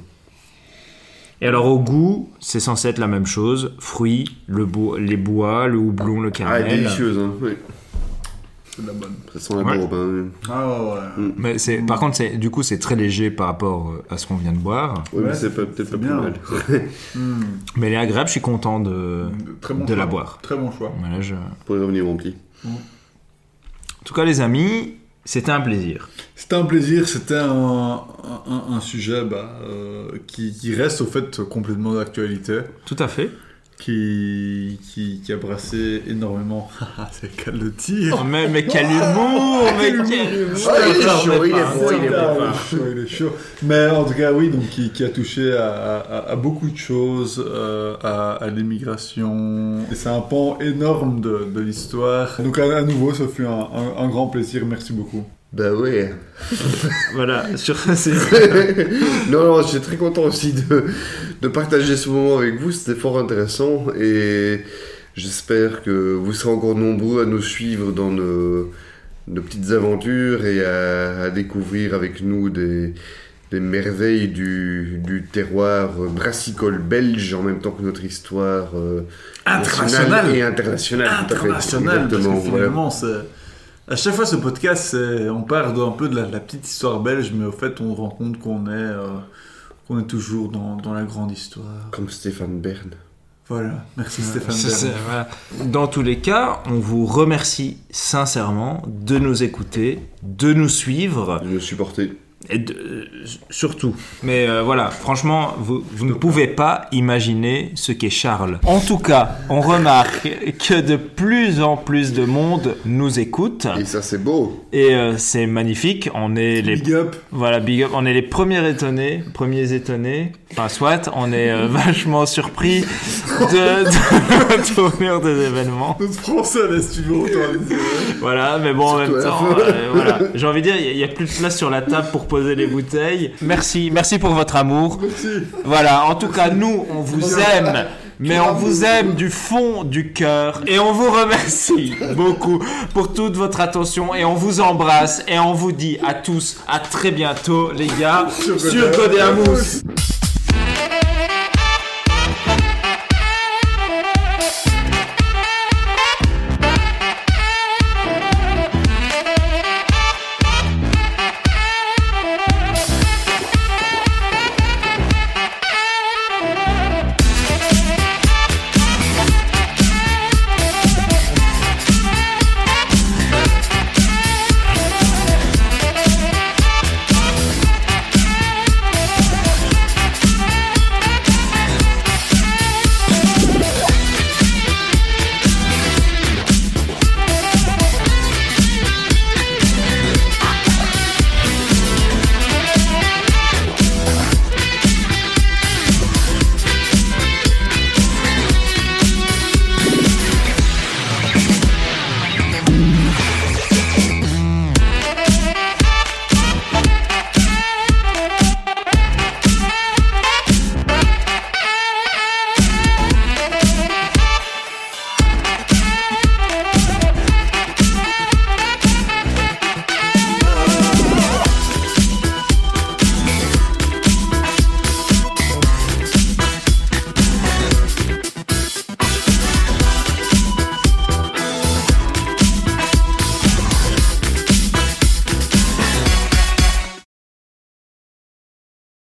Et alors au goût, c'est censé être la même chose. Fruits, les bois, le houblon, le Ah, caramel. délicieuse, hein. Oui. C'est de la bonne. Ça sent la Ouais. bourbe, hein. Ah ouais. Mais par contre, du coup, c'est très léger par rapport à ce qu'on vient de boire. Oui, mais Ouais, c'est peut-être c'est pas plus bien. mal. Mais elle est agréable, je suis content de Très bon de choix. la boire. Très bon choix. Voilà, Pour y revenir, mon petit. En tout cas, les amis, c'était un plaisir. C'était un plaisir, c'était un sujet qui reste au fait complètement d'actualité, Tout à fait. qui a brassé énormément. C'est le cas de le dire. Oh, mais quel humour, mais quel Ah, il est chaud, il est beau, il est beau. Il est chaud. Mais en tout cas, oui, donc qui a touché à beaucoup de choses, à l'immigration. Et c'est un pan énorme de l'histoire. Donc à nouveau, ça fut un grand plaisir. Merci beaucoup. Bah ouais. Voilà, sur c'est... Non, je suis très content aussi de partager ce moment avec vous. C'était fort intéressant et j'espère que vous serez encore nombreux à nous suivre dans nos petites aventures et à découvrir avec nous des merveilles du terroir brassicole belge en même temps que notre histoire Internationale. nationale et internationale. Tout à fait. International, parce Exactement, que voilà. finalement, à chaque fois ce podcast, on part un peu de la petite histoire belge, mais au fait, on se rend compte qu'on est toujours dans la grande histoire. Comme Stéphane Bern. Voilà, merci Stéphane C'est- Bern. voilà. Dans tous les cas, on vous remercie sincèrement de nous écouter, de nous suivre, De me supporter. et surtout. Mais voilà, franchement, vous ne pouvez pas imaginer ce qu'est Charles. En tout cas, on remarque que de plus en plus de monde nous écoute. Et ça, c'est beau. Et c'est magnifique. On est les... Big up. Voilà, big up. On est les premiers étonnés. Enfin, soit, on est vachement surpris de tournure des événements. Notre français laisse toujours autant les Voilà, mais bon, en même Surtout à la temps, fin. voilà. J'ai envie de dire, il n'y a plus de place sur la table pour poser les bouteilles. Merci pour votre amour. Merci. Voilà, en tout cas, nous, on vous aime. Mais on vous aime du fond du cœur et on vous remercie beaucoup pour toute votre attention et on vous embrasse et on vous dit à tous à très bientôt les gars sur Codé Amous.